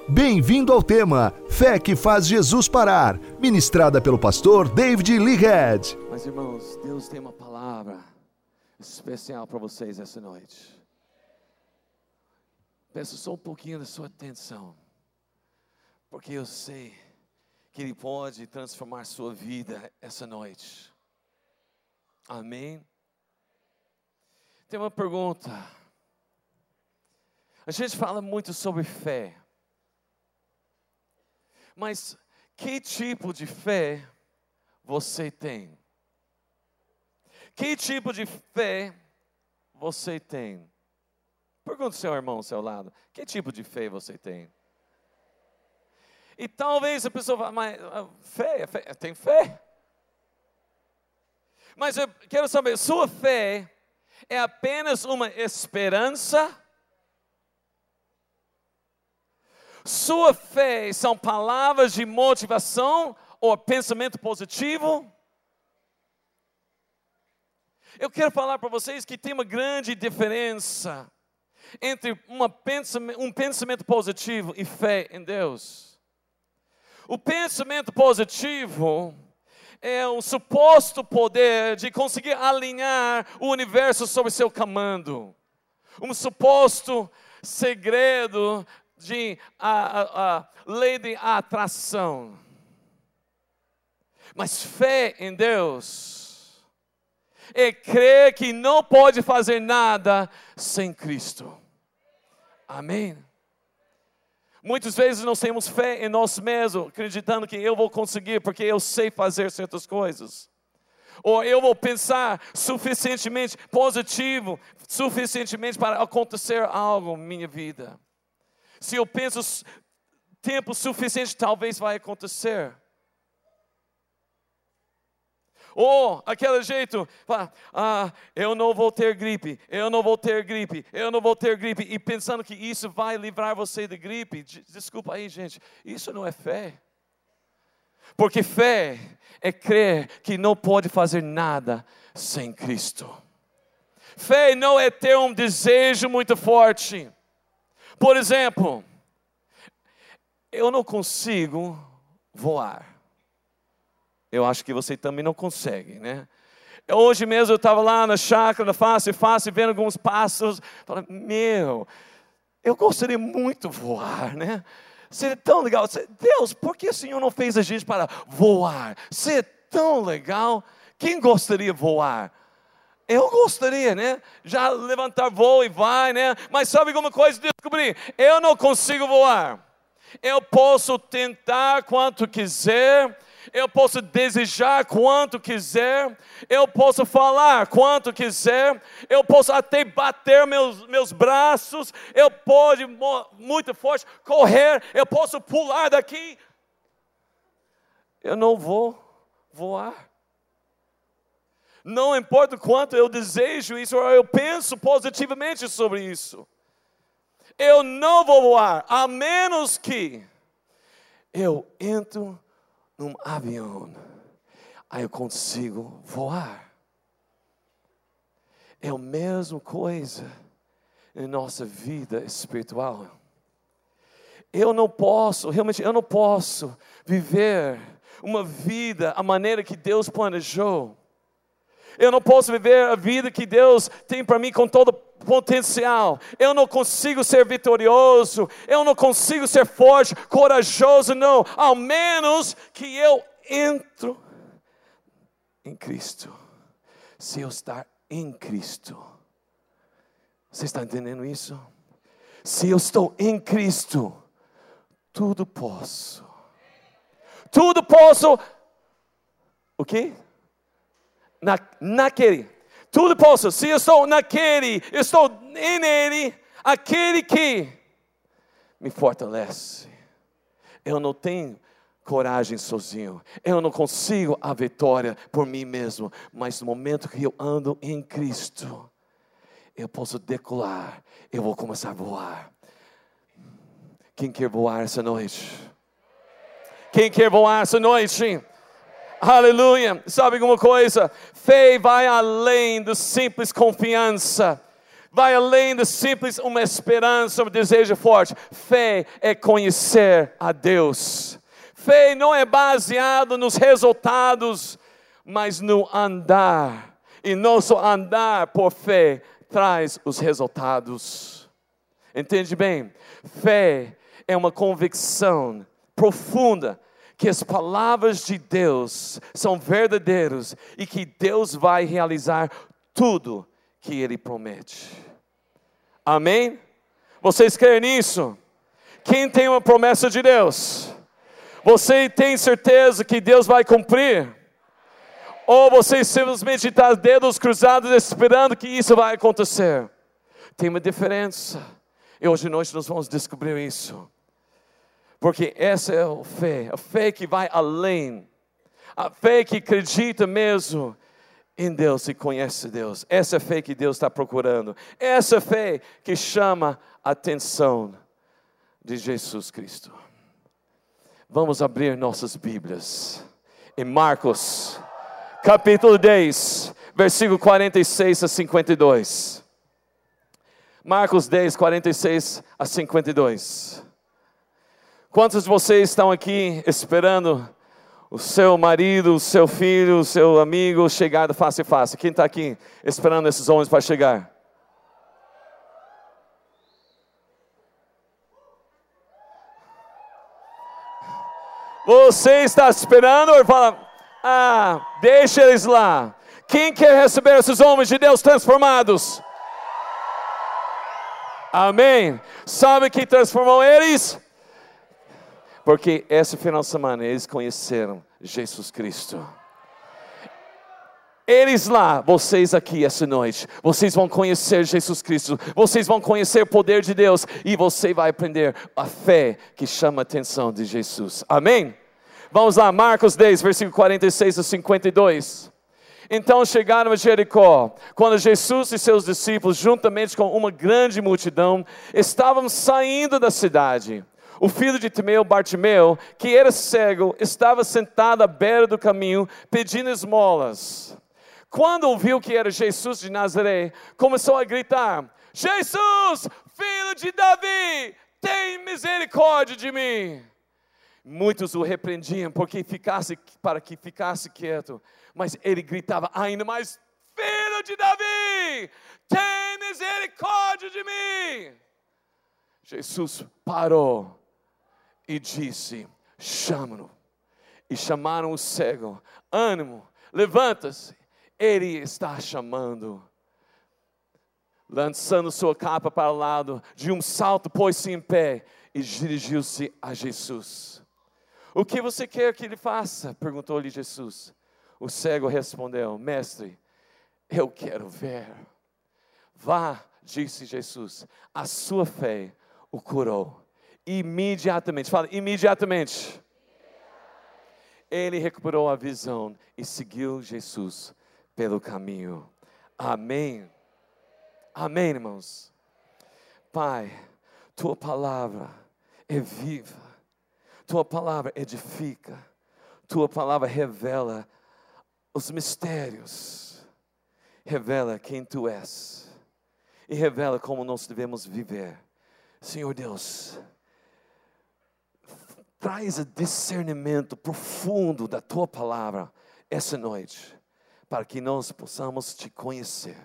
Bem-vindo ao tema Fé que faz Jesus parar, ministrada pelo pastor David Leehead. Mas irmãos, Deus tem uma palavra especial para vocês essa noite. Peço só um pouquinho da sua atenção, porque eu sei que Ele pode transformar sua vida essa noite. Amém? Tem uma pergunta. A gente fala muito sobre fé. Mas que tipo de fé você tem? Que tipo de fé você tem? Pergunta ao seu irmão ao seu lado. Que tipo de fé você tem? E talvez a pessoa fale, mas fé, tem fé? Mas eu quero saber, sua fé é apenas uma esperança? Sua fé são palavras de motivação ou pensamento positivo? Eu quero falar para vocês que tem uma grande diferença entre um pensamento positivo e fé em Deus. O pensamento positivo é o suposto poder de conseguir alinhar o universo sob seu comando. Um suposto segredo de a lei de atração. Mas fé em Deus é crer que não pode fazer nada sem Cristo. Amém? Muitas vezes nós temos fé em nós mesmos, acreditando que eu vou conseguir porque eu sei fazer certas coisas. Ou eu vou pensar suficientemente positivo, suficientemente para acontecer algo em minha vida. Se eu penso tempo suficiente, talvez vai acontecer. Ou aquele jeito, eu não vou ter gripe, eu não vou ter gripe, eu não vou ter gripe. E pensando que isso vai livrar você de gripe. Desculpa aí, gente, isso não é fé. Porque fé é crer que não pode fazer nada sem Cristo. Fé não é ter um desejo muito forte. Por exemplo, eu não consigo voar. Eu acho que você também não consegue, né? Hoje mesmo eu estava lá na chácara, face, vendo alguns pássaros. Falei, eu gostaria muito de voar, né? Seria tão legal. Deus, por que o Senhor não fez a gente para voar? Seria tão legal. Quem gostaria de voar? Eu gostaria, né? Já levantar voo e vai, né? Mas sabe alguma coisa que descobri? Eu não consigo voar. Eu posso tentar quanto quiser. Eu posso desejar quanto quiser. Eu posso falar quanto quiser. Eu posso até bater meus braços. Eu posso, muito forte, correr. Eu posso pular daqui. Eu não vou voar. Não importa o quanto eu desejo isso, ou eu penso positivamente sobre isso. Eu não vou voar, a menos que eu entro num avião. Aí eu consigo voar. É a mesma coisa em nossa vida espiritual. Realmente eu não posso viver uma vida a maneira que Deus planejou. Eu não posso viver a vida que Deus tem para mim com todo potencial. Eu não consigo ser vitorioso. Eu não consigo ser forte, corajoso, não. Ao menos que eu entro em Cristo. Se eu estar em Cristo. Você está entendendo isso? Se eu estou em Cristo, tudo posso. Tudo posso. O quê? Naquele, tudo posso, se eu estou naquele, eu estou nele, aquele que me fortalece. Eu não tenho coragem sozinho, eu não consigo a vitória por mim mesmo, mas no momento que eu ando em Cristo, eu posso decolar, eu vou começar a voar. Quem quer voar essa noite? Quem quer voar essa noite? Aleluia. Sabe alguma coisa? Fé vai além da simples confiança. vai além de simples uma esperança, um desejo forte. Fé é conhecer a Deus. Fé não é baseado nos resultados, mas no andar. E nosso andar por fé traz os resultados. Entende bem? Fé é uma convicção profunda que as palavras de Deus são verdadeiras e que Deus vai realizar tudo que Ele promete. Amém? Vocês creem nisso? Quem tem uma promessa de Deus? Você tem certeza que Deus vai cumprir? Ou você simplesmente está dedos cruzados esperando que isso vai acontecer? Tem uma diferença. E hoje à noite nós vamos descobrir isso. Porque essa é a fé que vai além. A fé que acredita mesmo em Deus e conhece Deus. Essa é a fé que Deus está procurando. Essa fé que chama a atenção de Jesus Cristo. Vamos abrir nossas Bíblias em Marcos, capítulo 10, versículo 46 a 52. Marcos 10, 46 a 52. Quantos de vocês estão aqui esperando o seu marido, o seu filho, o seu amigo chegar de face a face? Quem está aqui esperando esses homens para chegar? Você está esperando ou fala, deixa eles lá. Quem quer receber esses homens de Deus transformados? Amém. Sabe quem transformou eles? Porque esse final de semana eles conheceram Jesus Cristo. Eles lá, vocês aqui essa noite, vocês vão conhecer Jesus Cristo, vocês vão conhecer o poder de Deus e você vai aprender a fé que chama a atenção de Jesus. Amém? Vamos lá, Marcos 10, versículo 46 a 52. Então chegaram a Jericó, quando Jesus e seus discípulos, juntamente com uma grande multidão, estavam saindo da cidade. O filho de Timeu, Bartimeu, que era cego, estava sentado à beira do caminho, pedindo esmolas. Quando ouviu que era Jesus de Nazaré, começou a gritar, Jesus, filho de Davi, tem misericórdia de mim. Muitos o repreendiam para que ficasse quieto, mas ele gritava ainda mais, filho de Davi, tem misericórdia de mim. Jesus parou e disse, chama-no. E chamaram o cego, ânimo, levanta-se, ele está chamando. Lançando sua capa para o lado, de um salto pôs-se em pé e dirigiu-se a Jesus. O que você quer que ele faça? Perguntou-lhe Jesus. O cego respondeu, mestre, eu quero ver. Vá, disse Jesus, a sua fé o curou. Imediatamente, fala, imediatamente. Ele recuperou a visão e seguiu Jesus pelo caminho. Amém. Amém, irmãos. Pai, tua palavra é viva. Tua palavra edifica. Tua palavra revela os mistérios. Revela quem tu és. E revela como nós devemos viver. Senhor Deus, traz o discernimento profundo da tua palavra essa noite, para que nós possamos te conhecer,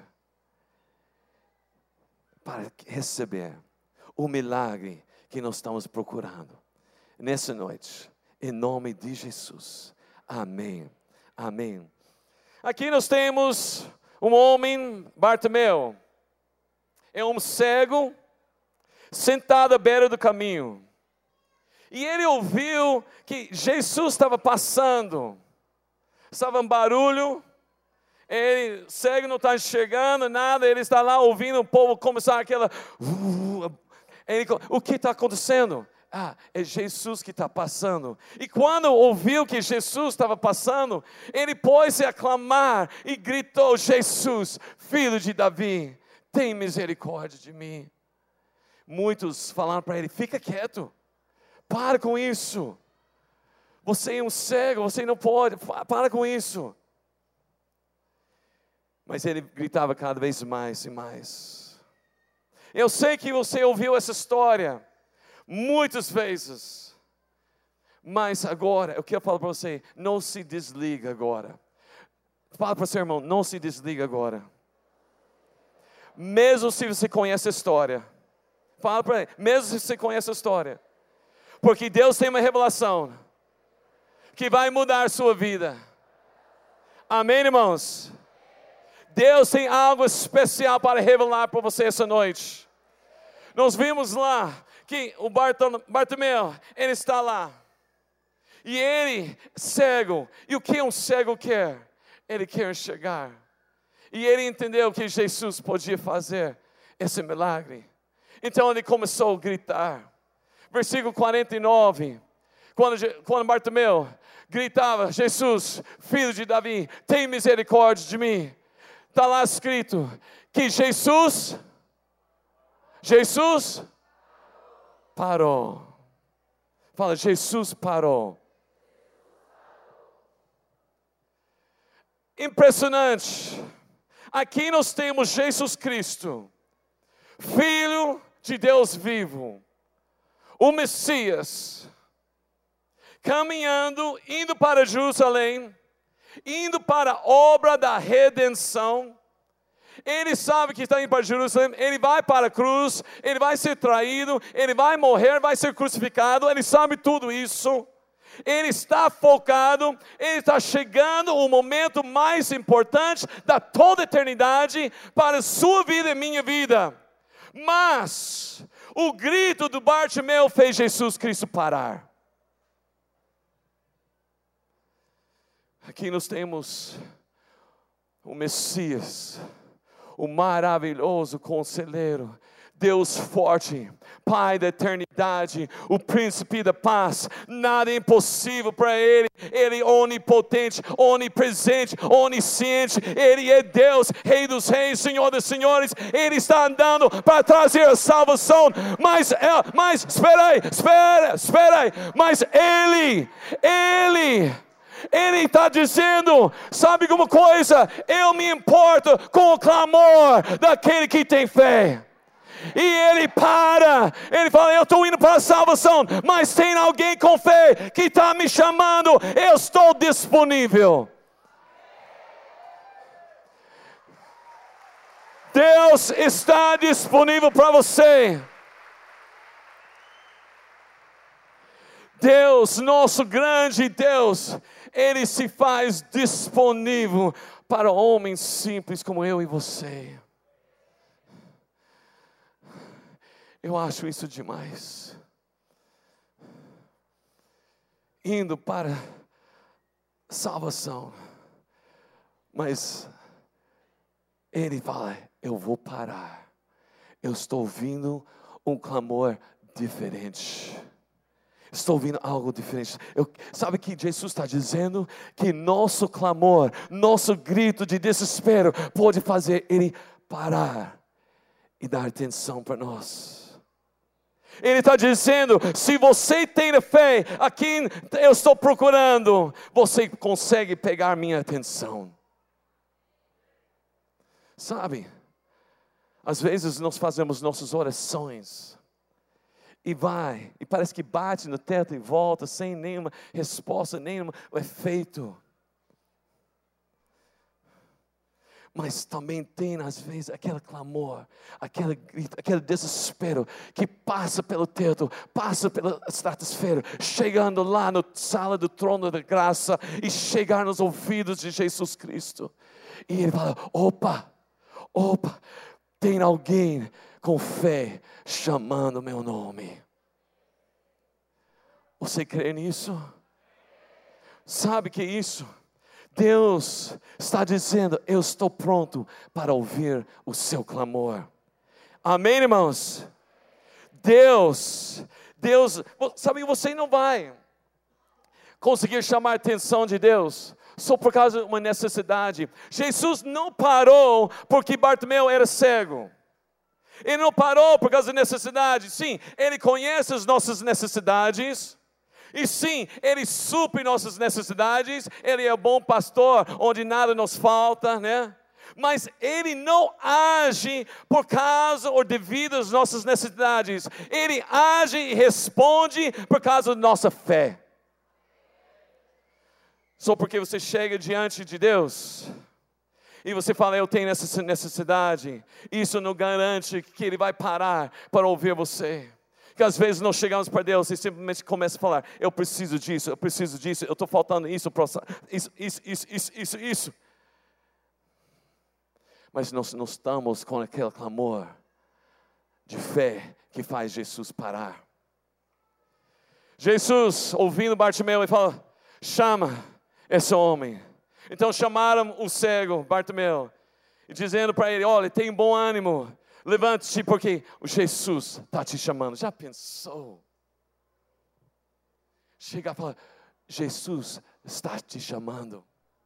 para receber o milagre que nós estamos procurando nessa noite, em nome de Jesus. Amém. Amém. Aqui nós temos um homem, Bartimeu, é um cego, sentado à beira do caminho. E ele ouviu que Jesus estava passando. Estava um barulho. Ele cego, não está enxergando nada. Ele está lá ouvindo o povo começar aquela... o que está acontecendo? É Jesus que está passando. E quando ouviu que Jesus estava passando, ele pôs-se a clamar e gritou, Jesus, filho de Davi, tem misericórdia de mim. Muitos falaram para ele, fica quieto. Para com isso. Você é um cego, você não pode. Para com isso. Mas ele gritava cada vez mais e mais. Eu sei que você ouviu essa história muitas vezes. Mas agora, eu quero falar para você, não se desliga agora. Fala para o seu irmão, não se desliga agora. Mesmo se você conhece a história. Fala para ele, mesmo se você conhece a história. Porque Deus tem uma revelação que vai mudar a sua vida. Amém, irmãos? Deus tem algo especial para revelar para você essa noite. Nós vimos lá que o Bartimeu, ele está lá. E ele, cego. E o que um cego quer? Ele quer enxergar. E ele entendeu que Jesus podia fazer esse milagre. Então ele começou a gritar. Versículo 49. Quando Bartimeu gritava, Jesus, filho de Davi, tem misericórdia de mim. Está lá escrito que Jesus parou. Fala, Jesus parou. Impressionante. Aqui nós temos Jesus Cristo, Filho de Deus vivo, o Messias, caminhando, indo para Jerusalém, indo para a obra da redenção. Ele sabe que está indo para Jerusalém, ele vai para a cruz, ele vai ser traído, ele vai morrer, vai ser crucificado, ele sabe tudo isso. Ele está focado, ele está chegando o momento mais importante da toda a eternidade para a sua vida e minha vida. Mas o grito do Bartimeu fez Jesus Cristo parar. Aqui nós temos o Messias, o maravilhoso conselheiro, Deus forte, Pai da eternidade, o príncipe da paz. Nada é impossível para Ele. Ele é onipotente, onipresente, onisciente. Ele é Deus, Rei dos reis, Senhor dos senhores. Ele está andando para trazer a salvação. Mas espera aí. Mas Ele está dizendo, sabe alguma coisa? Eu me importo com o clamor daquele que tem fé. E ele para, ele fala, eu estou indo para a salvação, mas tem alguém com fé que está me chamando, eu estou disponível. Deus está disponível para você. Deus, nosso grande Deus, Ele se faz disponível para homens simples como eu e você. Eu acho isso demais. Indo para salvação. Mas Ele fala, eu vou parar. Eu estou ouvindo um clamor diferente. Estou ouvindo algo diferente. Sabe que Jesus está dizendo? Que nosso clamor, nosso grito de desespero pode fazer Ele parar e dar atenção para nós. Ele está dizendo, se você tem fé, aqui eu estou procurando, você consegue pegar minha atenção. Sabe, às vezes nós fazemos nossas orações, e parece que bate no teto e volta, sem nenhuma resposta, nenhum efeito. Mas também tem às vezes aquele clamor, aquele grito, aquele desespero que passa pelo teto, passa pela estratosfera, chegando lá na sala do trono da graça e chegar nos ouvidos de Jesus Cristo. E ele fala, opa, tem alguém com fé chamando meu nome. Você crê nisso? Sabe que isso? Deus está dizendo, eu estou pronto para ouvir o seu clamor. Amém, irmãos? Deus, sabe que você não vai conseguir chamar a atenção de Deus só por causa de uma necessidade. Jesus não parou porque Bartimeu era cego. Ele não parou por causa da necessidade. Sim, Ele conhece as nossas necessidades. E sim, Ele supre nossas necessidades. Ele é o bom pastor, onde nada nos falta, né? Mas Ele não age por causa ou devido às nossas necessidades. Ele age e responde por causa da nossa fé. Só porque você chega diante de Deus e você fala, eu tenho essa necessidade, isso não garante que Ele vai parar para ouvir você. Porque às vezes nós chegamos para Deus e simplesmente começa a falar, eu preciso disso, eu estou faltando isso. Mas nós não estamos com aquele clamor de fé que faz Jesus parar. Jesus, ouvindo Bartimeu, ele fala, chama esse homem. Então chamaram o cego, Bartimeu, e dizendo para ele, olha, tem bom ânimo, levante-se porque o Jesus está te chamando. Já pensou? Chega e fala, Jesus está te chamando.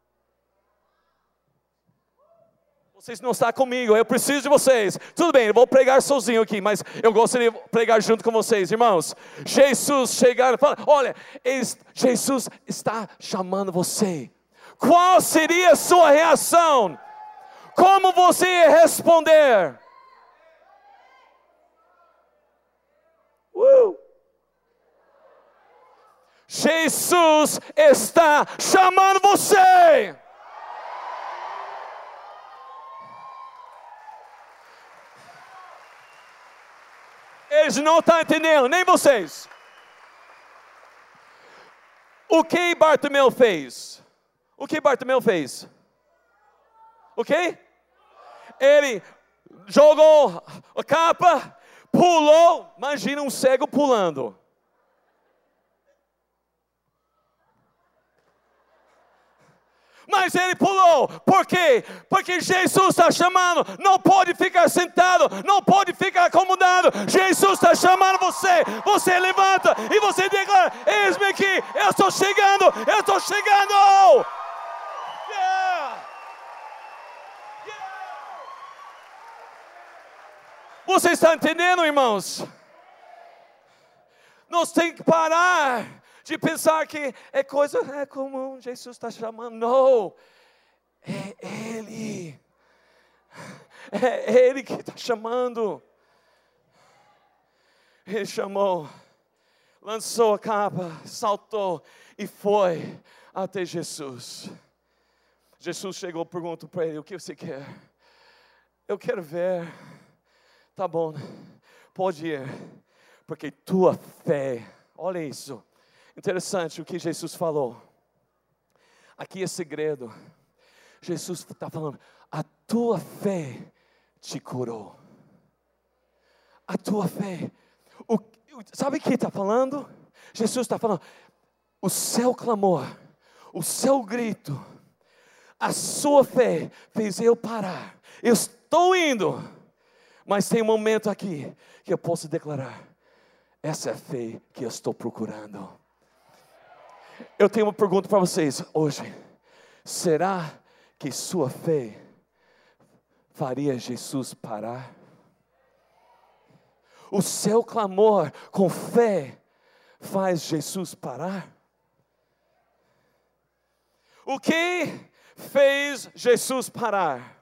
Vocês não estão comigo, eu preciso de vocês. Tudo bem, eu vou pregar sozinho aqui, mas eu gostaria de pregar junto com vocês, irmãos. Jesus chegar e falar, olha, Jesus está chamando você. Qual seria a sua reação? Como você ia responder? Jesus está chamando você. Eles não estão entendendo, nem vocês. O que Bartimeu fez? O que Bartimeu fez? O que? Ele jogou a capa, pulou. Imagina um cego pulando. Mas ele pulou, por quê? Porque Jesus está chamando, não pode ficar sentado, não pode ficar acomodado. Jesus está chamando você, você levanta e você declara, eis-me aqui, eu estou chegando, eu estou chegando. Yeah. Yeah. Você está entendendo, irmãos? Nós temos que parar de pensar que é coisa comum, Jesus está chamando. Não, é Ele. É Ele que está chamando. Ele chamou, lançou a capa, saltou e foi até Jesus. Jesus chegou e perguntou para ele, o que você quer? Eu quero ver. Tá bom, pode ir, porque tua fé, olha isso. Interessante o que Jesus falou. Aqui é segredo. Jesus está falando, a tua fé te curou. A tua fé. Sabe o que está falando? Jesus está falando, o seu clamor, o seu grito, a sua fé fez eu parar. Eu estou indo, mas tem um momento aqui que eu posso declarar, essa é a fé que eu estou procurando. Eu tenho uma pergunta para vocês hoje. Será que sua fé faria Jesus parar? O seu clamor com fé faz Jesus parar? O que fez Jesus parar?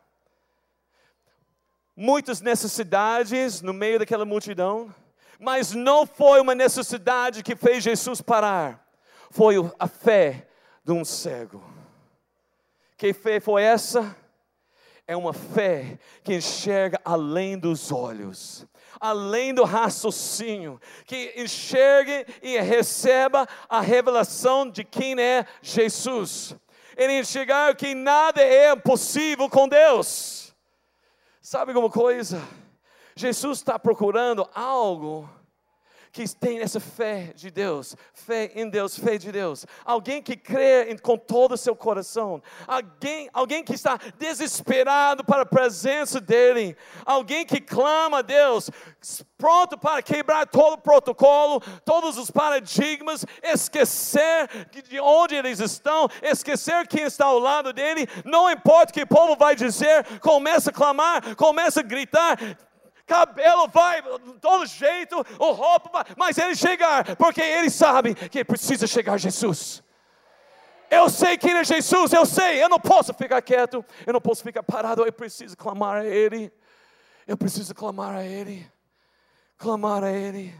Muitas necessidades no meio daquela multidão, mas não foi uma necessidade que fez Jesus parar. Foi a fé de um cego. Que fé foi essa? É uma fé que enxerga além dos olhos, além do raciocínio, que enxergue e receba a revelação de quem é Jesus. Ele enxergar que nada é possível com Deus. Sabe alguma coisa? Jesus está procurando algo que tem essa fé de Deus, fé em Deus, fé de Deus. Alguém que crê com todo o seu coração. Alguém que está desesperado para a presença dEle. Alguém que clama a Deus, pronto para quebrar todo o protocolo, todos os paradigmas, esquecer de onde eles estão, esquecer quem está ao lado dEle. Não importa o que o povo vai dizer, começa a clamar, começa a gritar. Cabelo vai, todo jeito, o roupa vai, mas ele chegar, porque ele sabe que precisa chegar Jesus. Eu sei quem é Jesus, eu sei, eu não posso ficar quieto, eu não posso ficar parado, eu preciso clamar a Ele. Eu preciso clamar a Ele. Clamar a Ele.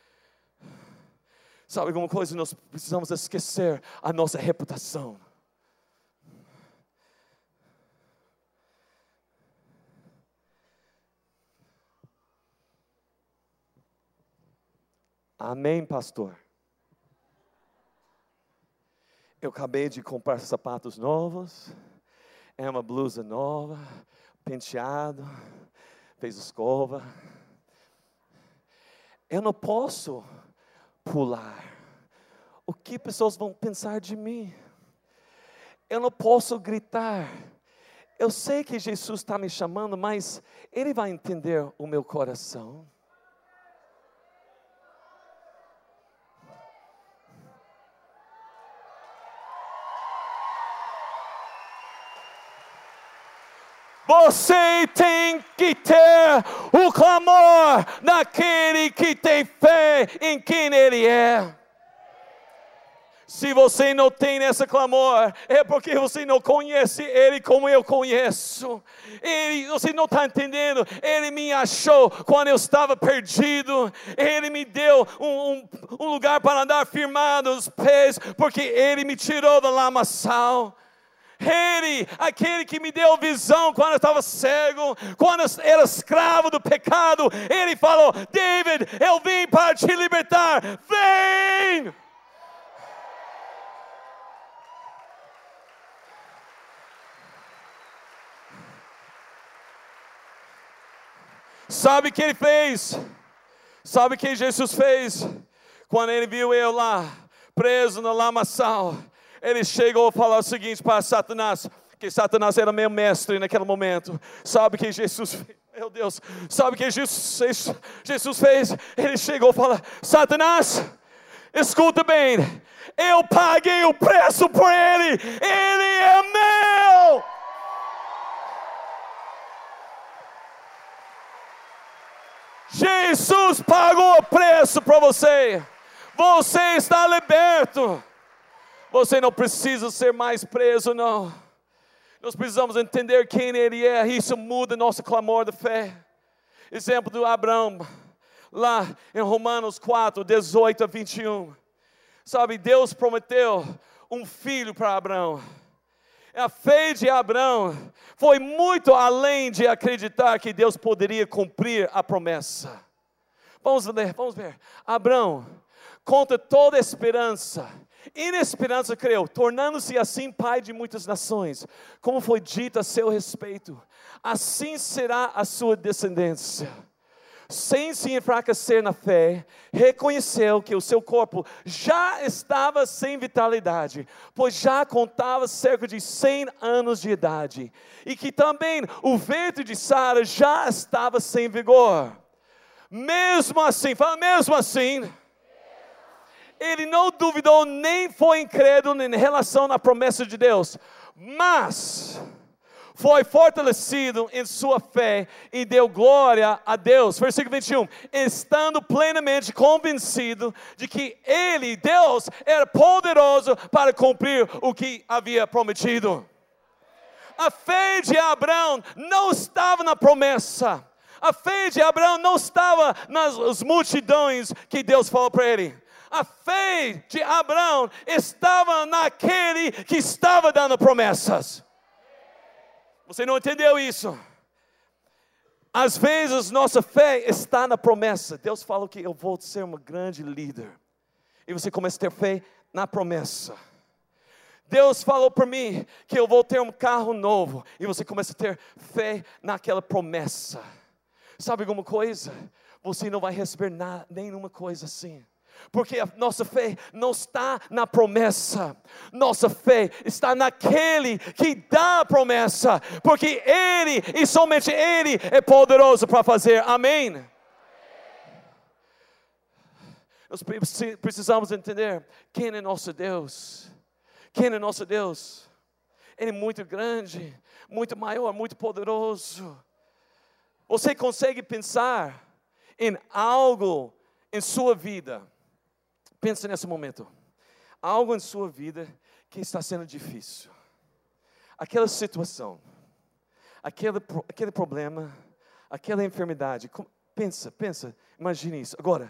Sabe alguma coisa? Nós precisamos esquecer a nossa reputação. Amém, pastor? Eu acabei de comprar sapatos novos, é uma blusa nova, penteado, fez escova. Eu não posso pular. O que pessoas vão pensar de mim? Eu não posso gritar. Eu sei que Jesus está me chamando, mas Ele vai entender o meu coração. Você tem que ter o clamor daquele que tem fé em quem Ele é. Se você não tem esse clamor, é porque você não conhece Ele como eu conheço. Você não está entendendo. Ele me achou quando eu estava perdido. Ele me deu um lugar para andar firmado os pés, porque Ele me tirou do lamaçal. Ele, aquele que me deu visão quando eu estava cego, quando eu era escravo do pecado, Ele falou: David, eu vim para te libertar, vem! Sabe o que Ele fez? Sabe o que Jesus fez? Quando Ele viu eu lá, preso no lamaçal, Ele chegou a falar o seguinte para Satanás, que Satanás era meu mestre naquele momento. Sabe o que Jesus fez? Meu Deus, sabe o que Jesus fez? Ele chegou a falar: Satanás, escuta bem, eu paguei o preço por Ele é meu! Jesus pagou o preço para você. Você está liberto. Você não precisa ser mais preso, não. Nós precisamos entender quem Ele é. Isso muda nosso clamor de fé. Exemplo do Abraão, lá em Romanos 4, 18 a 21. Sabe, Deus prometeu um filho para Abraão. A fé de Abraão foi muito além de acreditar que Deus poderia cumprir a promessa. Vamos ver. Abraão, contra toda esperança, inesperança creu, tornando-se assim pai de muitas nações, como foi dito a seu respeito. Assim será a sua descendência. Sem se enfraquecer na fé, reconheceu que o seu corpo já estava sem vitalidade, pois já contava cerca de 100 anos de idade, e que também o ventre de Sara já estava sem vigor. Mesmo assim, ele não duvidou nem foi incrédulo em relação à promessa de Deus, mas foi fortalecido em sua fé e deu glória a Deus. Versículo 21, estando plenamente convencido de que Ele, Deus, era poderoso para cumprir o que havia prometido. A fé de Abraão não estava na promessa. A fé de Abraão não estava nas multidões que Deus falou para ele. A fé de Abraão estava naquele que estava dando promessas. Você não entendeu isso? Às vezes nossa fé está na promessa. Deus fala que eu vou ser um grande líder. E você começa a ter fé na promessa. Deus falou para mim que eu vou ter um carro novo. E você começa a ter fé naquela promessa. Sabe alguma coisa? Você não vai receber nenhuma coisa assim. Porque a nossa fé não está na promessa. Nossa fé está naquele que dá a promessa. Porque Ele, e somente Ele, é poderoso para fazer. Amém? Nós precisamos entender quem é nosso Deus. Quem é nosso Deus? Ele é muito grande, muito maior, muito poderoso. Você consegue pensar em algo em sua vida? Pensa nesse momento. algo em sua vida que está sendo difícil. Aquela situação, aquele problema, aquela enfermidade. Pensa, imagine isso. Agora,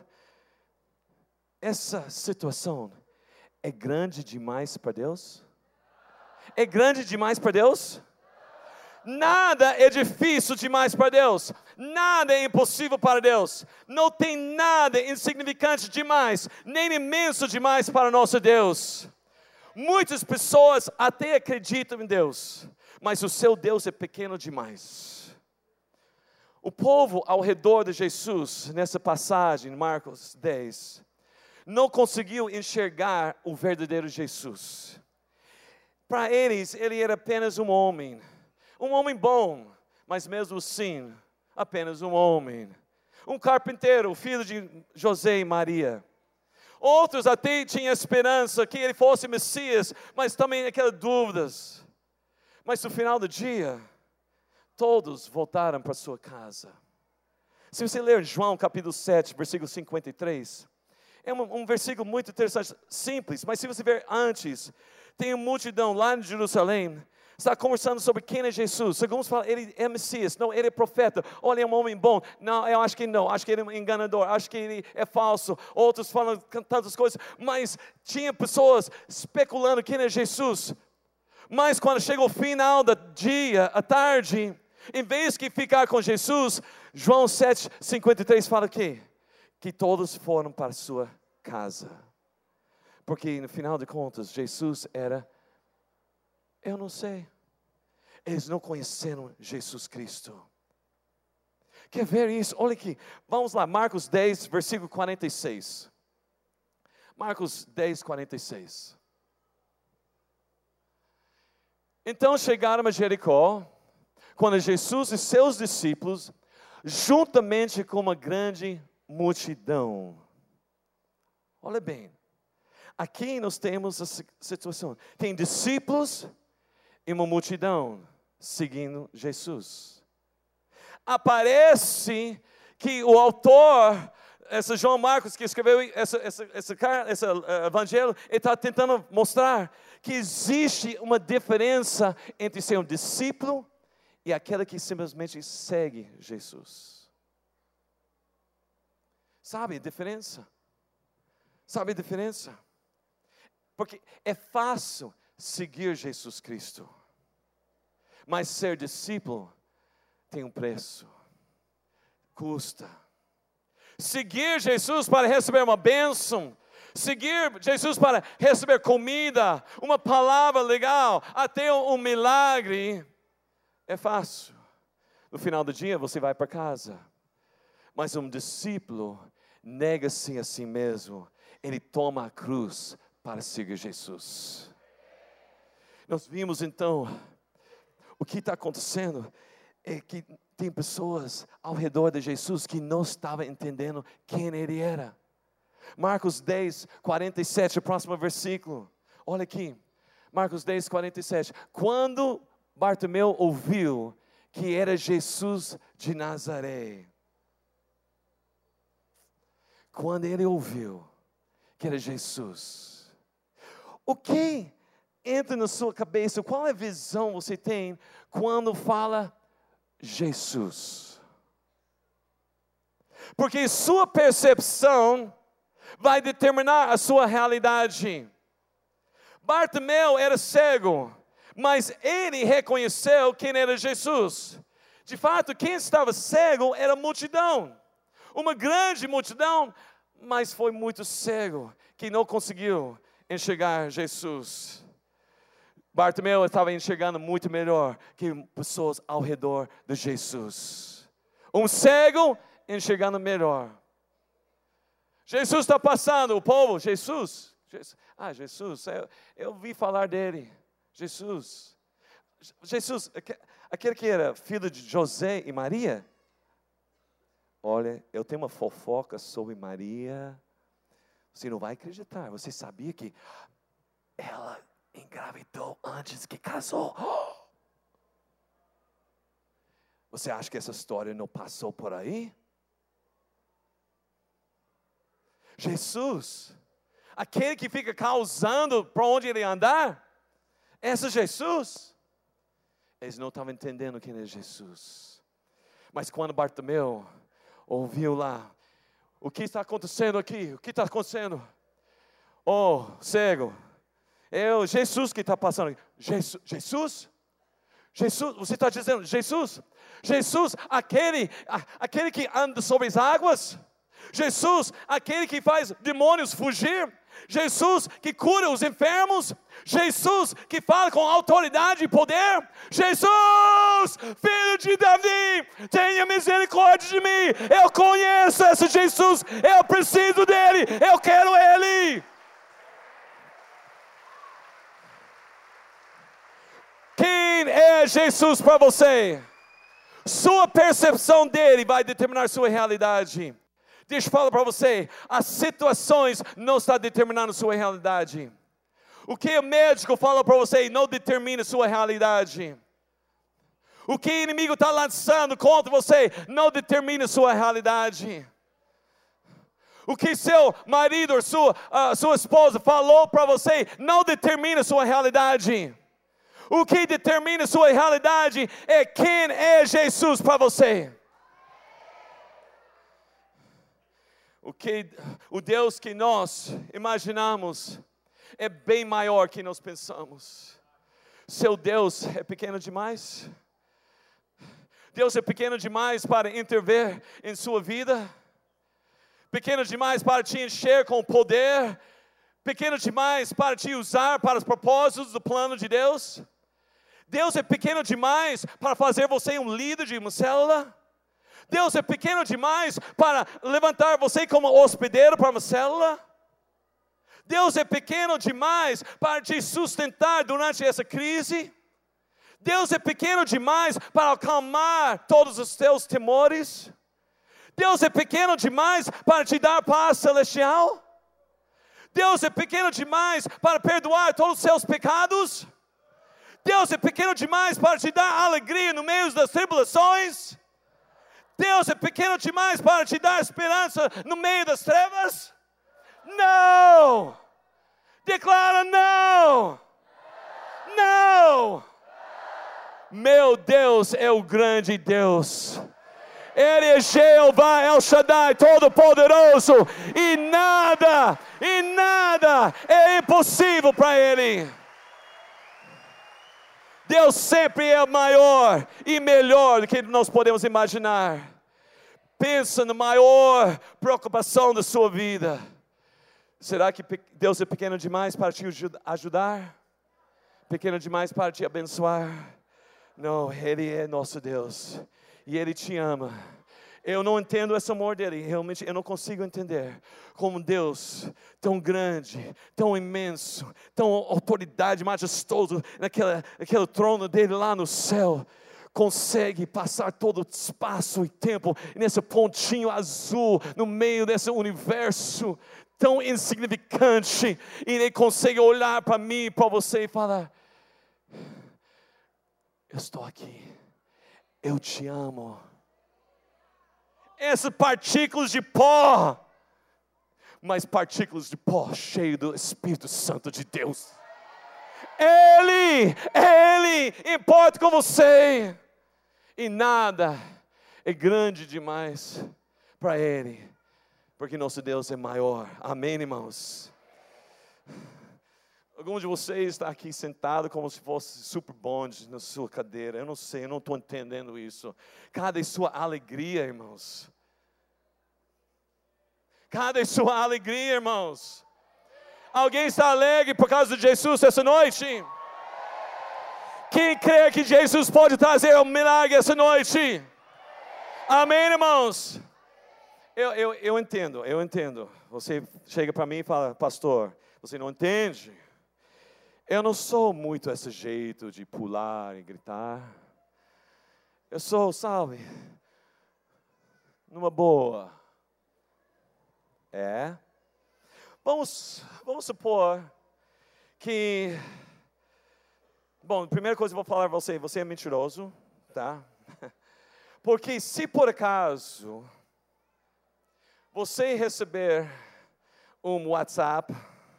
essa situação é grande demais para Deus? É grande demais para Deus? Nada é difícil demais para Deus. Nada é impossível para Deus. Não tem nada insignificante demais, nem imenso demais para nosso Deus. Muitas pessoas até acreditam em Deus, mas o seu Deus é pequeno demais. O povo ao redor de Jesus, nessa passagem, Marcos 10, não conseguiu enxergar o verdadeiro Jesus. Para eles, ele era apenas um homem bom, mas mesmo assim, apenas um homem. Um carpinteiro, filho de José e Maria. Outros até tinham esperança que ele fosse Messias, mas também aquelas dúvidas. Mas no final do dia, todos voltaram para sua casa. Se você ler João capítulo 7, versículo 53, é um versículo muito interessante, simples, mas se você ver antes, tem uma multidão lá em Jerusalém, está conversando sobre quem é Jesus. Alguns falam, ele é Messias, não, ele é profeta, ou ele é um homem bom. Não, eu acho que não, acho que ele é um enganador, acho que ele é falso. Outros falam tantas coisas, mas tinha pessoas especulando quem é Jesus. Mas quando chega o final do dia, à tarde, em vez de ficar com Jesus, João 7,53 fala que todos foram para sua casa. Porque no final de contas, Jesus era... Eu não sei. Eles não conheceram Jesus Cristo. Quer ver isso? Olha aqui. Vamos lá, Marcos 10, versículo 46. Marcos 10, 46. Então chegaram a Jericó, quando Jesus e seus discípulos, juntamente com uma grande multidão. Olha bem. Aqui nós temos a situação. Tem discípulos e uma multidão seguindo Jesus. Aparece que o autor, esse João Marcos que escreveu esse evangelho, ele está tentando mostrar que existe uma diferença entre ser um discípulo e aquele que simplesmente segue Jesus. Sabe a diferença? Sabe a diferença? Porque é fácil seguir Jesus Cristo, mas ser discípulo tem um preço, custa. Seguir Jesus para receber uma bênção, seguir Jesus para receber comida, uma palavra legal, até um milagre, é fácil. No final do dia você vai para casa, mas um discípulo nega-se a si mesmo, ele toma a cruz para seguir Jesus. Nós vimos então, o que está acontecendo é que tem pessoas ao redor de Jesus que não estavam entendendo quem ele era. Marcos 10, 47, o próximo versículo. Olha aqui, Marcos 10, 47. Quando Bartimeu ouviu que era Jesus de Nazaré. Quando ele ouviu que era Jesus. O que entra na sua cabeça? Qual é a visão você tem quando fala Jesus? Porque sua percepção vai determinar a sua realidade. Bartimeu era cego, mas ele reconheceu quem era Jesus. De fato, quem estava cego era a multidão. Uma grande multidão, mas foi muito cego, que não conseguiu enxergar Jesus. Bartimeu estava enxergando muito melhor que pessoas ao redor de Jesus. Um cego enxergando melhor. Jesus está passando, o povo, Jesus, eu ouvi falar dele. Jesus, aquele que era filho de José e Maria. Olha, eu tenho uma fofoca sobre Maria. Você não vai acreditar. Você sabia que ela engravidou antes que casou? Você acha que essa história não passou por aí? Jesus, aquele que fica causando para onde ele andar, esse é Jesus. Eles não estavam entendendo quem é Jesus. Mas quando Bartimeu ouviu lá, o que está acontecendo aqui? O que está acontecendo? Oh, cego, é o Jesus que está passando aqui. Jesus? Jesus, você está dizendo, Jesus, aquele que anda sobre as águas, Jesus, aquele que faz demônios fugir, Jesus que cura os enfermos, Jesus que fala com autoridade e poder, Jesus, filho de Davi, tenha misericórdia de mim, eu conheço esse Jesus, eu preciso dele, eu quero ele. Quem é Jesus para você? Sua percepção dele vai determinar sua realidade. Deixa eu falar para você, as situações não estão determinando sua realidade. O que o médico fala para você não determina sua realidade. O que o inimigo está lançando contra você não determina sua realidade. O que seu marido ou sua esposa falou para você não determina sua realidade. O que determina sua realidade é quem é Jesus para você. O Deus que nós imaginamos é bem maior que nós pensamos. Seu Deus é pequeno demais? Deus é pequeno demais para intervir em sua vida? Pequeno demais para te encher com poder? Pequeno demais para te usar para os propósitos do plano de Deus? Deus é pequeno demais para fazer você um líder de uma célula? Deus é pequeno demais para levantar você como hospedeiro para uma célula? Deus é pequeno demais para te sustentar durante essa crise? Deus é pequeno demais para acalmar todos os teus temores? Deus é pequeno demais para te dar paz celestial? Deus é pequeno demais para perdoar todos os seus pecados? Deus é pequeno demais para te dar alegria no meio das tribulações? Deus é pequeno demais para te dar esperança no meio das trevas? Não! Declara não! Não! Meu Deus é o grande Deus. Ele é Jeová El Shaddai, Todo-Poderoso, e nada é impossível para Ele. Deus sempre é maior e melhor do que nós podemos imaginar. Pensa na maior preocupação da sua vida. Será que Deus é pequeno demais para te ajudar? Pequeno demais para te abençoar? Não, Ele é nosso Deus e Ele te ama. Eu não entendo esse amor dele, realmente eu não consigo entender como Deus tão grande, tão imenso, tão autoridade, majestoso, naquele trono dele lá no céu, consegue passar todo o espaço e tempo nesse pontinho azul, no meio desse universo tão insignificante, e ele consegue olhar para mim, para você e falar: eu estou aqui, eu te amo. Essas partículas de pó, mas partículas de pó cheio do Espírito Santo de Deus. Ele importa com você, e nada é grande demais para Ele, porque nosso Deus é maior. Amém, irmãos? Algum de vocês está aqui sentado como se fosse super bonde na sua cadeira. Eu não sei, eu não estou entendendo isso. Cadê sua alegria, irmãos? Cadê sua alegria, irmãos? Alguém está alegre por causa de Jesus essa noite? Quem crê que Jesus pode trazer um milagre essa noite? Amém, irmãos? Eu entendo. Você chega para mim e fala: pastor, você não entende? Eu não sou muito esse jeito de pular e gritar. Eu sou, sabe, numa boa. Vamos supor que... Bom, a primeira coisa que eu vou falar para você é mentiroso, tá? Porque se por acaso você receber um WhatsApp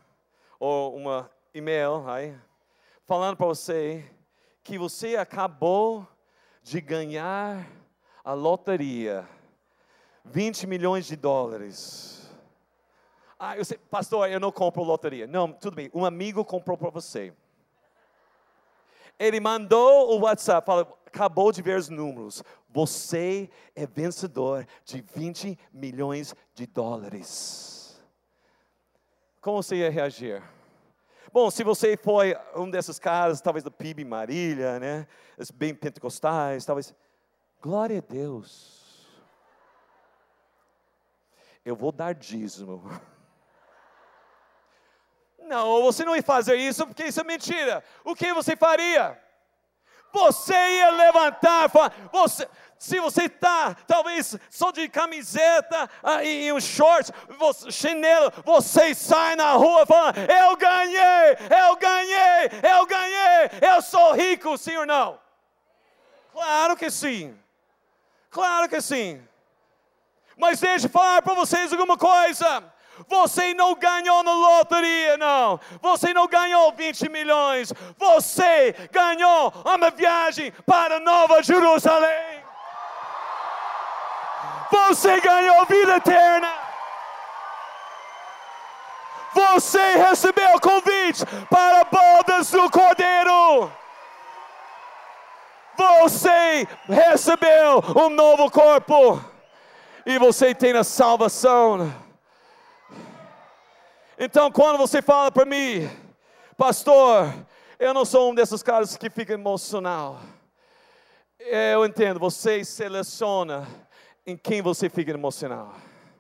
ou uma e-mail aí, falando para você que você acabou de ganhar a loteria, $20 milhões. Eu sei, pastor, eu não compro loteria. Não, tudo bem, um amigo comprou para você. Ele mandou o WhatsApp, falou, acabou de ver os números. Você é vencedor de $20 milhões. Como você ia reagir? Bom, se você foi um desses caras, talvez do PIB Marília, né? Bem pentecostais, talvez. Glória a Deus. Eu vou dar dízimo. Não, você não ia fazer isso, porque isso é mentira. O que você faria? Você ia levantar, se você está, talvez, só de camiseta e um short, chinelo, você sai na rua falando, eu ganhei, eu sou rico, sim ou não? Claro que sim, mas deixa eu falar para vocês alguma coisa. Você não ganhou na loteria, não. Você não ganhou 20 milhões. Você ganhou uma viagem para Nova Jerusalém. Você ganhou vida eterna. Você recebeu o convite para bodas do Cordeiro. Você recebeu um novo corpo. E você tem a salvação. Então, quando você fala para mim, pastor, eu não sou um desses caras que fica emocional. Eu entendo, você seleciona em quem você fica emocional.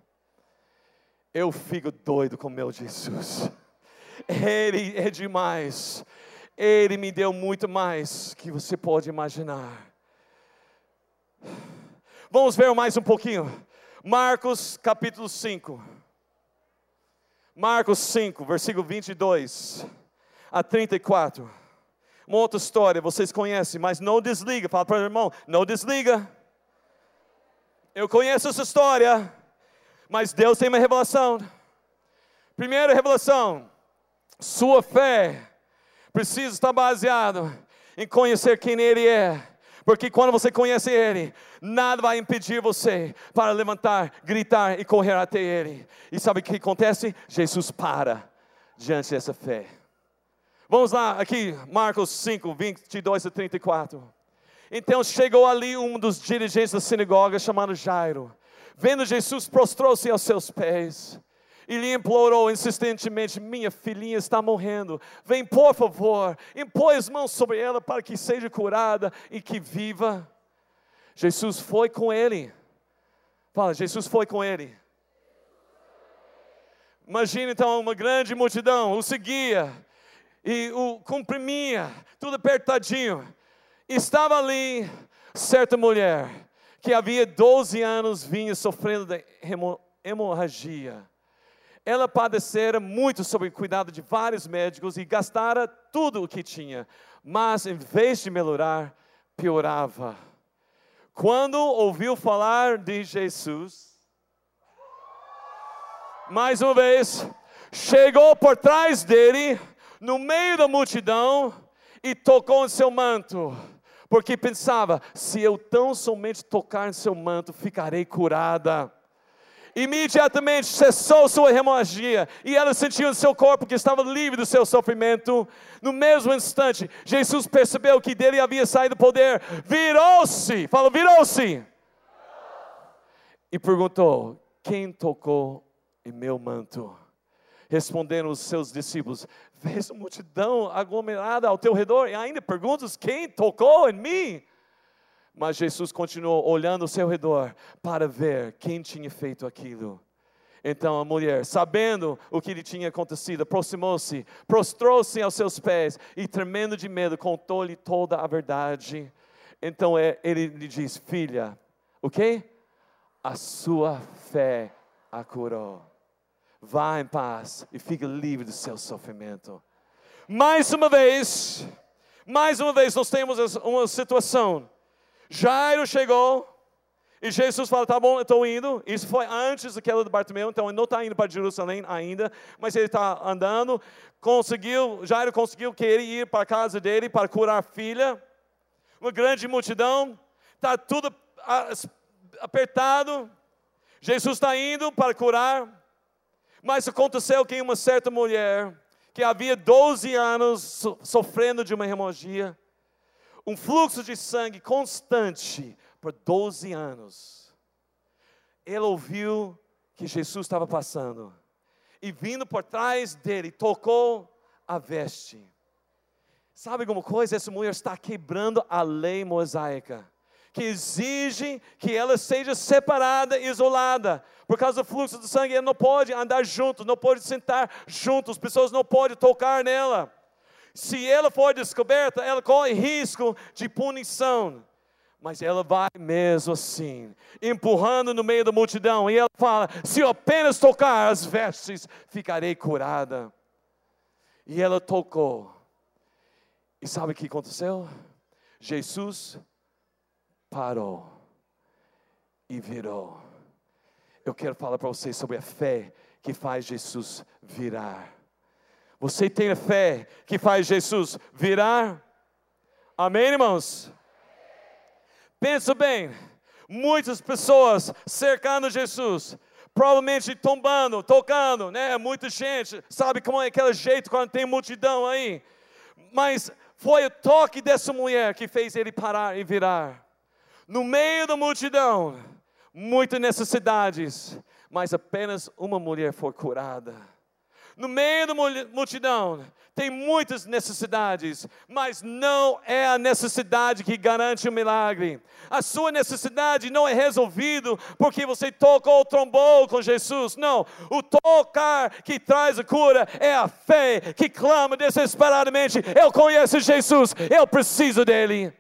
Eu fico doido com o meu Jesus. Ele é demais. Ele me deu muito mais que você pode imaginar. Vamos ver mais um pouquinho. Marcos capítulo 5. Marcos 5, versículo 22 a 34. Uma outra história, vocês conhecem, mas não desliga. Fala para o irmão, não desliga. Eu conheço essa história, mas Deus tem uma revelação. Primeira revelação, sua fé precisa estar baseada em conhecer quem Ele é. Porque quando você conhece Ele, nada vai impedir você para levantar, gritar e correr até Ele. E sabe o que acontece? Jesus para diante dessa fé. Vamos lá, aqui, Marcos 5, 22 a 34. Então chegou ali um dos dirigentes da sinagoga, chamado Jairo. Vendo Jesus, prostrou-se aos seus pés e lhe implorou insistentemente, minha filhinha está morrendo, vem por favor, impõe as mãos sobre ela para que seja curada e que viva. Jesus foi com ele. Fala, Jesus foi com ele. Imagina então uma grande multidão o seguia e o comprimia, tudo apertadinho. Estava ali certa mulher que havia 12 anos vinha sofrendo de hemorragia. Ela padecera muito sob o cuidado de vários médicos e gastara tudo o que tinha, mas em vez de melhorar, piorava. Quando ouviu falar de Jesus, mais uma vez, chegou por trás dele, no meio da multidão, e tocou em seu manto, porque pensava, se eu tão somente tocar em seu manto, ficarei curada. Imediatamente cessou sua hemorragia e ela sentiu em seu corpo que estava livre do seu sofrimento. No mesmo instante, Jesus percebeu que dele havia saído o poder, virou-se, fala, virou-se, e perguntou, quem tocou em meu manto? Responderam os seus discípulos, vês a multidão aglomerada ao teu redor e ainda perguntas, quem tocou em mim? Mas Jesus continuou olhando ao seu redor para ver quem tinha feito aquilo. Então a mulher, sabendo o que lhe tinha acontecido, aproximou-se, prostrou-se aos seus pés e, tremendo de medo, contou-lhe toda a verdade. Então ele lhe diz, filha, o quê? A sua fé a curou. Vá em paz e fique livre do seu sofrimento. Mais uma vez nós temos uma situação. Jairo chegou E Jesus fala, tá bom, eu estou indo. Isso foi antes daquela do Bartimeu, então ele não está indo para Jerusalém ainda, mas ele está andando. Jairo conseguiu querer ir para a casa dele para curar a filha. Uma grande multidão, está tudo apertado. Jesus está indo para curar, mas aconteceu que uma certa mulher, que havia 12 anos sofrendo de uma hemorragia, um fluxo de sangue constante por 12 anos. Ele ouviu que Jesus estava passando, e vindo por trás dele, tocou a veste. Sabe alguma coisa? Essa mulher está quebrando a lei mosaica, que exige que ela seja separada, isolada. Por causa do fluxo de sangue, ela não pode andar junto, não pode sentar junto, as pessoas não podem tocar nela. Se ela for descoberta, ela corre risco de punição. Mas ela vai mesmo assim, empurrando no meio da multidão. E ela fala, se eu apenas tocar as vestes, ficarei curada. E ela tocou. E sabe o que aconteceu? Jesus parou e virou. Eu quero falar para vocês sobre a fé que faz Jesus virar. Você tem a fé que faz Jesus virar? Amém, irmãos? Pensa bem, muitas pessoas cercando Jesus, provavelmente tombando, tocando, né? Muita gente, sabe como é aquele jeito quando tem multidão aí? Mas foi o toque dessa mulher que fez ele parar e virar. No meio da multidão, muitas necessidades, mas apenas uma mulher foi curada. No meio da multidão, tem muitas necessidades, mas não é a necessidade que garante o milagre. A sua necessidade não é resolvida porque você tocou ou trombou com Jesus. Não, o tocar que traz a cura é a fé que clama desesperadamente, eu conheço Jesus, eu preciso dele.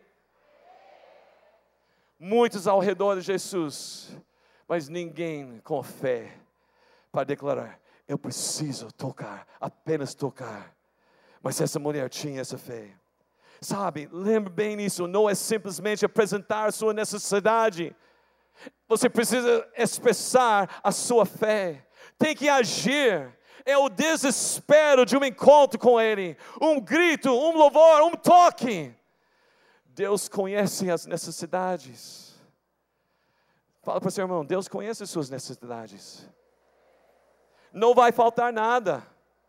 Muitos ao redor de Jesus, mas ninguém com fé para declarar, eu preciso tocar, apenas tocar. Mas essa mulher tinha essa fé. Sabe, lembre bem nisso, não é simplesmente apresentar sua necessidade. Você precisa expressar a sua fé. Tem que agir. É o desespero de um encontro com Ele. Um grito, um louvor, um toque. Deus conhece as necessidades. Fala para o seu irmão, Deus conhece as suas necessidades. Não vai faltar nada.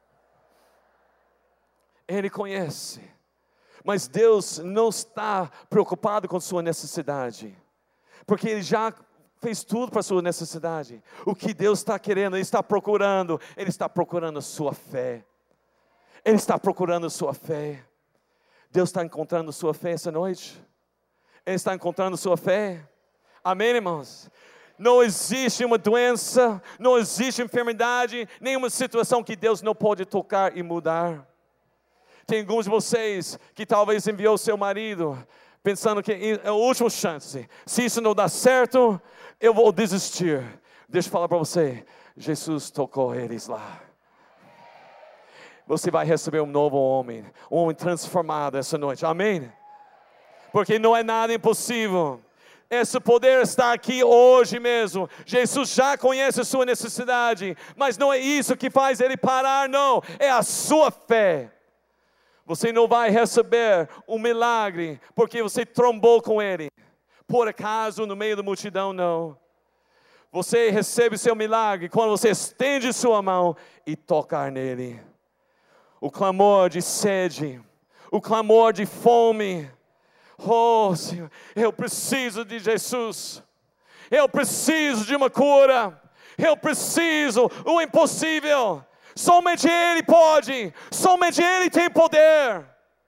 Ele conhece. Mas Deus não está preocupado com sua necessidade. Porque Ele já fez tudo para a sua necessidade. O que Deus está querendo, Ele está procurando a sua fé. Ele está procurando a sua fé. Deus está encontrando a sua fé essa noite? Ele está encontrando a sua fé? Amém, irmãos? Não existe uma doença, não existe enfermidade, nenhuma situação que Deus não pode tocar e mudar. Tem alguns de vocês que talvez enviou seu marido, pensando que é a última chance. Se isso não dá certo, eu vou desistir. Deixa eu falar para você, Jesus tocou eles lá. Você vai receber um novo homem, um homem transformado essa noite, amém? Porque não é nada impossível. Esse poder está aqui hoje mesmo. Jesus já conhece a sua necessidade, mas não é isso que faz Ele parar, não. É a sua fé. Você não vai receber um milagre porque você trombou com Ele. Por acaso, no meio da multidão, não. Você recebe seu milagre quando você estende sua mão e tocar nele. O clamor de sede, o clamor de fome. Oh, Senhor, eu preciso de Jesus. Eu preciso de uma cura. Eu preciso o impossível. Somente Ele pode. Somente Ele tem poder.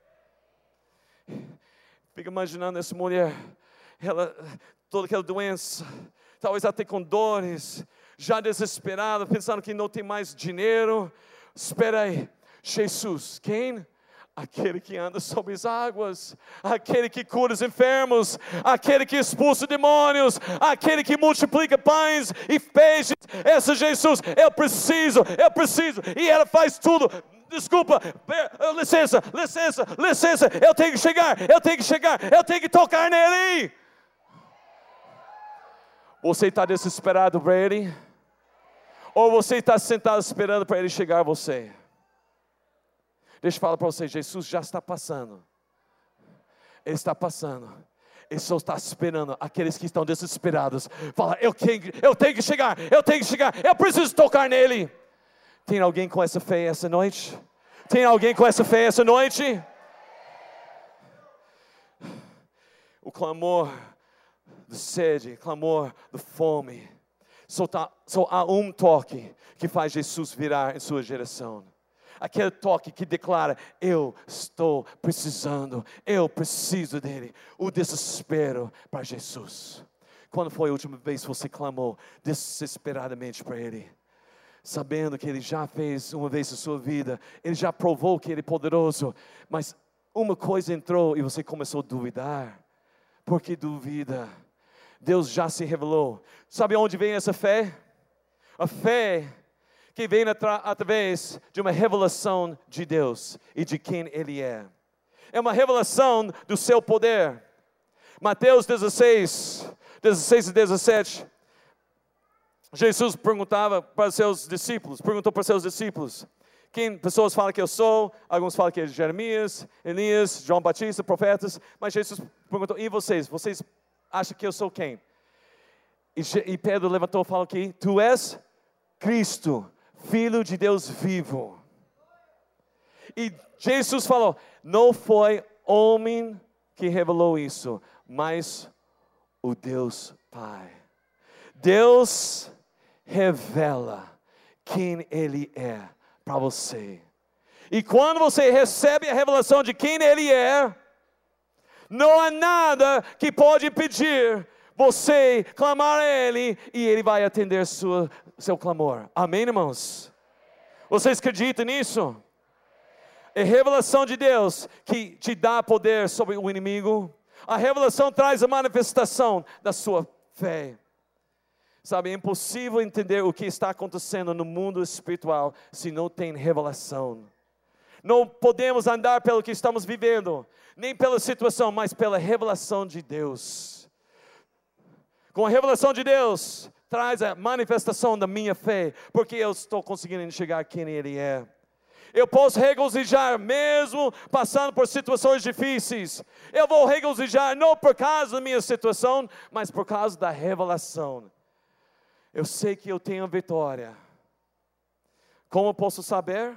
Fica imaginando essa mulher. Ela, toda aquela doença. Talvez até com dores. Já desesperada, pensando que não tem mais dinheiro. Espera aí. Jesus, quem? Aquele que anda sobre as águas, aquele que cura os enfermos, aquele que expulsa demônios, aquele que multiplica pães e peixes. Esse Jesus, eu preciso, e ela faz tudo. Desculpa, licença, eu tenho que chegar, eu tenho que tocar nele. Você está desesperado para Ele? Ou você está sentado esperando para Ele chegar a você? Deixa eu falar para você, Jesus já está passando. Ele está passando. Ele só está esperando aqueles que estão desesperados. Fala, eu tenho que chegar, eu preciso tocar nele. Tem alguém com essa fé essa noite? Tem alguém com essa fé essa noite? O clamor de sede, clamor de fome. Só há um toque que faz Jesus virar em sua direção. Aquele toque que declara, eu estou precisando, eu preciso dele. O desespero para Jesus. Quando foi a última vez que você clamou desesperadamente para Ele? Sabendo que Ele já fez uma vez na sua vida, Ele já provou que Ele é poderoso, mas uma coisa entrou e você começou a duvidar. Por que duvida? Deus já se revelou. Sabe onde vem essa fé? A fé que vem através de uma revelação de Deus e de quem Ele é. É uma revelação do seu poder. Mateus 16 e 17. Jesus perguntou para seus discípulos, quem pessoas falam que eu sou, alguns falam que é Jeremias, Elias, João Batista, profetas, mas Jesus perguntou, e vocês? Vocês acham que eu sou quem? E Pedro levantou e falou que tu és Cristo, Filho de Deus vivo. E Jesus falou, não foi homem que revelou isso, mas o Deus Pai. Deus revela quem Ele é para você. E quando você recebe a revelação de quem Ele é, não há nada que pode impedir você clamar a Ele e Ele vai atender seu clamor. Amém, irmãos? Vocês acreditam nisso? É a revelação de Deus que te dá poder sobre o inimigo. A revelação traz a manifestação da sua fé. Sabe, é impossível entender o que está acontecendo no mundo espiritual se não tem revelação. Não podemos andar pelo que estamos vivendo, nem pela situação, mas pela revelação de Deus. Com a revelação de Deus, traz a manifestação da minha fé, porque eu estou conseguindo enxergar quem Ele é. Eu posso regozijar mesmo passando por situações difíceis. Eu vou regozijar não por causa da minha situação, mas por causa da revelação. Eu sei que eu tenho vitória. Como posso saber?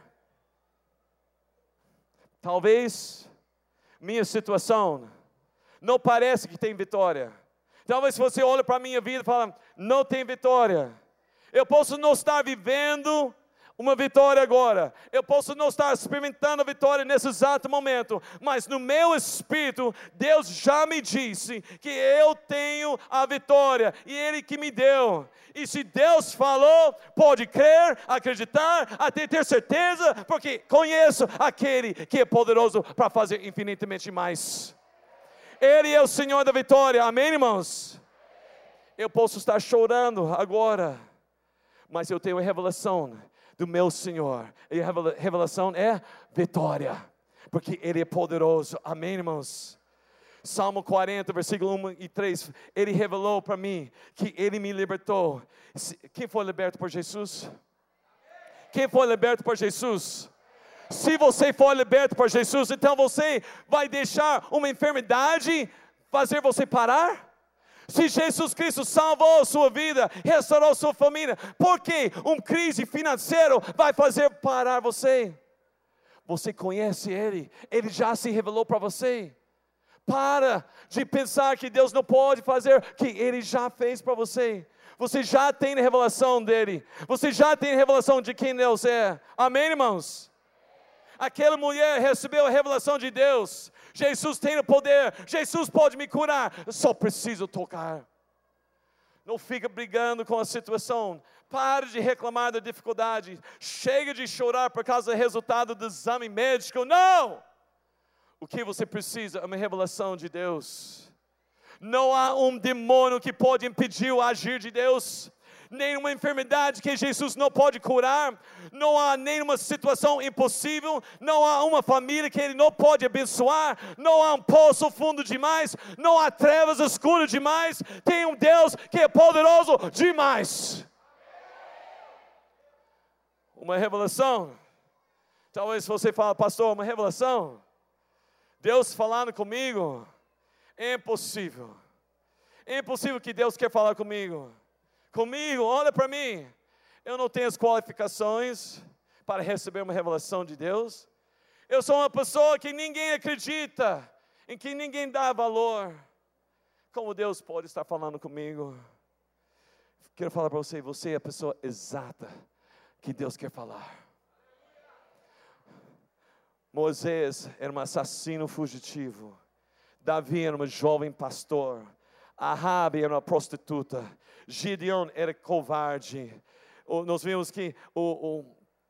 Talvez minha situação não parece que tem vitória. Talvez se você olha para a minha vida e fala, não tem vitória. Eu posso não estar vivendo uma vitória agora. Eu posso não estar experimentando a vitória nesse exato momento. Mas no meu espírito, Deus já me disse que eu tenho a vitória. E Ele que me deu. E se Deus falou, pode crer, acreditar, até ter certeza. Porque conheço aquele que é poderoso para fazer infinitamente mais. Ele é o Senhor da vitória, amém, irmãos? Eu posso estar chorando agora, mas eu tenho a revelação do meu Senhor, e a revelação é vitória, porque Ele é poderoso, amém, irmãos? Salmo 40, versículo 1 e 3, Ele revelou para mim, que Ele me libertou. Quem foi liberto por Jesus? Quem foi liberto por Jesus? Se você for liberto por Jesus, então você vai deixar uma enfermidade fazer você parar? Se Jesus Cristo salvou a sua vida, restaurou a sua família, por que crise financeira vai fazer parar você? Você conhece Ele, Ele já se revelou para você. Para de pensar que Deus não pode fazer o que Ele já fez para você. Você já tem a revelação dEle, você já tem a revelação de quem Deus é, amém, irmãos? Aquela mulher recebeu a revelação de Deus. Jesus tem o poder. Jesus pode me curar. Eu só preciso tocar. Não fica brigando com a situação. Pare de reclamar da dificuldade. Chega de chorar por causa do resultado do exame médico. Não! O que você precisa é uma revelação de Deus. Não há demônio que pode impedir o agir de Deus. nenhuma enfermidade que Jesus não pode curar, não há nenhuma situação impossível, não há uma família que Ele não pode abençoar, não há um poço fundo demais, não há trevas escuras demais. Tem um Deus que é poderoso demais. Uma revelação. Talvez você fale, pastor, uma revelação. Deus falando comigo. É impossível. É impossível que Deus quer falar comigo. Comigo, olha para mim. Eu não tenho as qualificações para receber uma revelação de Deus. Eu sou uma pessoa que ninguém acredita, em que ninguém dá valor. Como Deus pode estar falando comigo? Quero falar para você, você é a pessoa exata que Deus quer falar. Moisés era um assassino fugitivo. Davi era um jovem pastor. Ahabe era uma prostituta. Gideon era covarde. Nós vimos que o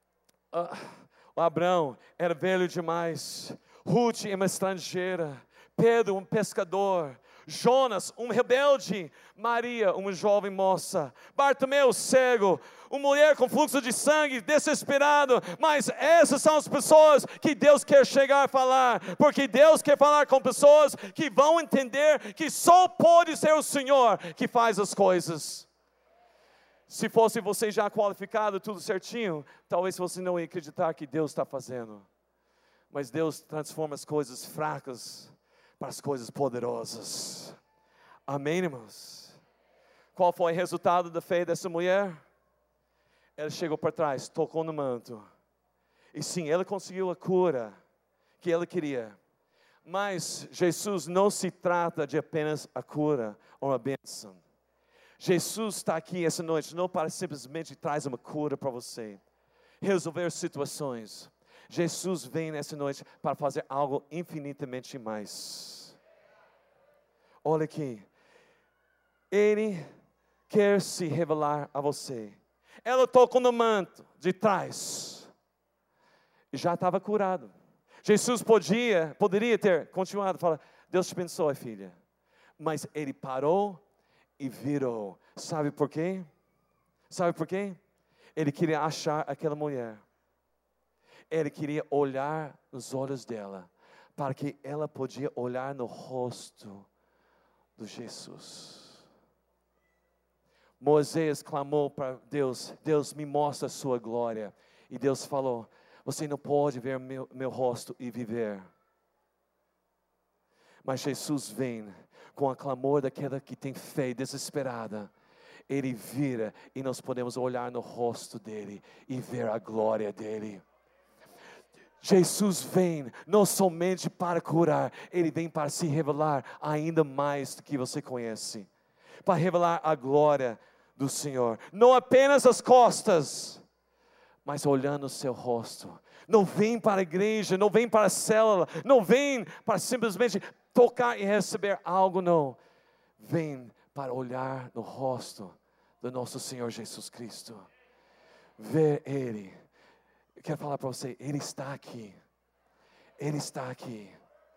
Abraão era velho demais. Ruth é uma estrangeira. Pedro, um pescador. Jonas, um rebelde. Maria, uma jovem moça. Bartimeu, cego. Uma mulher com fluxo de sangue, desesperado. Mas essas são as pessoas que Deus quer chegar a falar. Porque Deus quer falar com pessoas que vão entender que só pode ser o Senhor que faz as coisas. Se fosse você já qualificado, tudo certinho, talvez você não ia acreditar que Deus está fazendo. Mas Deus transforma as coisas fracas para as coisas poderosas. Amém, irmãos? Qual foi o resultado da fé dessa mulher? Ela chegou para trás, tocou no manto. E sim, ela conseguiu a cura que ela queria. Mas Jesus não se trata de apenas a cura ou a bênção. Jesus está aqui essa noite não para simplesmente trazer uma cura para você, resolver situações. Jesus vem nessa noite para fazer algo infinitamente mais. Olha aqui. Ele quer se revelar a você. Ela tocou no manto de trás e já estava curado. Jesus poderia ter continuado, falar, Deus te abençoe, filha. Mas ele parou e virou. Sabe por quê? Sabe por quê? Ele queria achar aquela mulher. Ele queria olhar nos olhos dela, para que ela podia olhar no rosto de Jesus. Moisés clamou para Deus, Deus me mostra a sua glória. E Deus falou, você não pode ver meu rosto e viver. Mas Jesus vem com o clamor daquela que tem fé desesperada. Ele vira e nós podemos olhar no rosto dele e ver a glória dele. Jesus vem não somente para curar, Ele vem para se revelar ainda mais do que você conhece. Para revelar a glória do Senhor. Não apenas as costas, mas olhando o seu rosto. Não vem para a igreja, não vem para a célula, não vem para simplesmente tocar e receber algo, não. Vem para olhar no rosto do nosso Senhor Jesus Cristo. Ver Ele. Eu quero falar para você, Ele está aqui. Ele está aqui.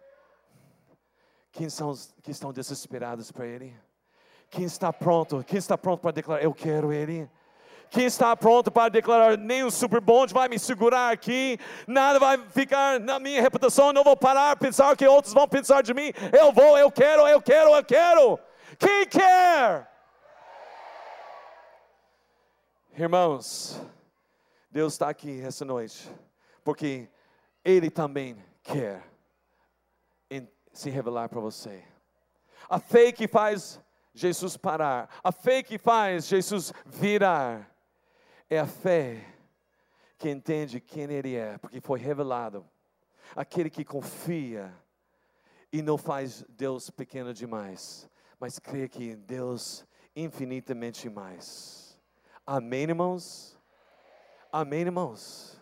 Quem são os que estão desesperados para Ele? Quem está pronto? Quem está pronto para declarar, eu quero Ele? Quem está pronto para declarar, nem o superbonde vai me segurar aqui, nada vai ficar na minha reputação, não vou parar de pensar o que outros vão pensar de mim, eu vou, eu quero. Quem quer? Irmãos, Deus está aqui essa noite, porque Ele também quer se revelar para você. A fé que faz Jesus parar, a fé que faz Jesus virar, é a fé que entende quem Ele é, porque foi revelado. Aquele que confia e não faz Deus pequeno demais, mas crê que Deus infinitamente mais. Amém, irmãos? Amém, irmãos?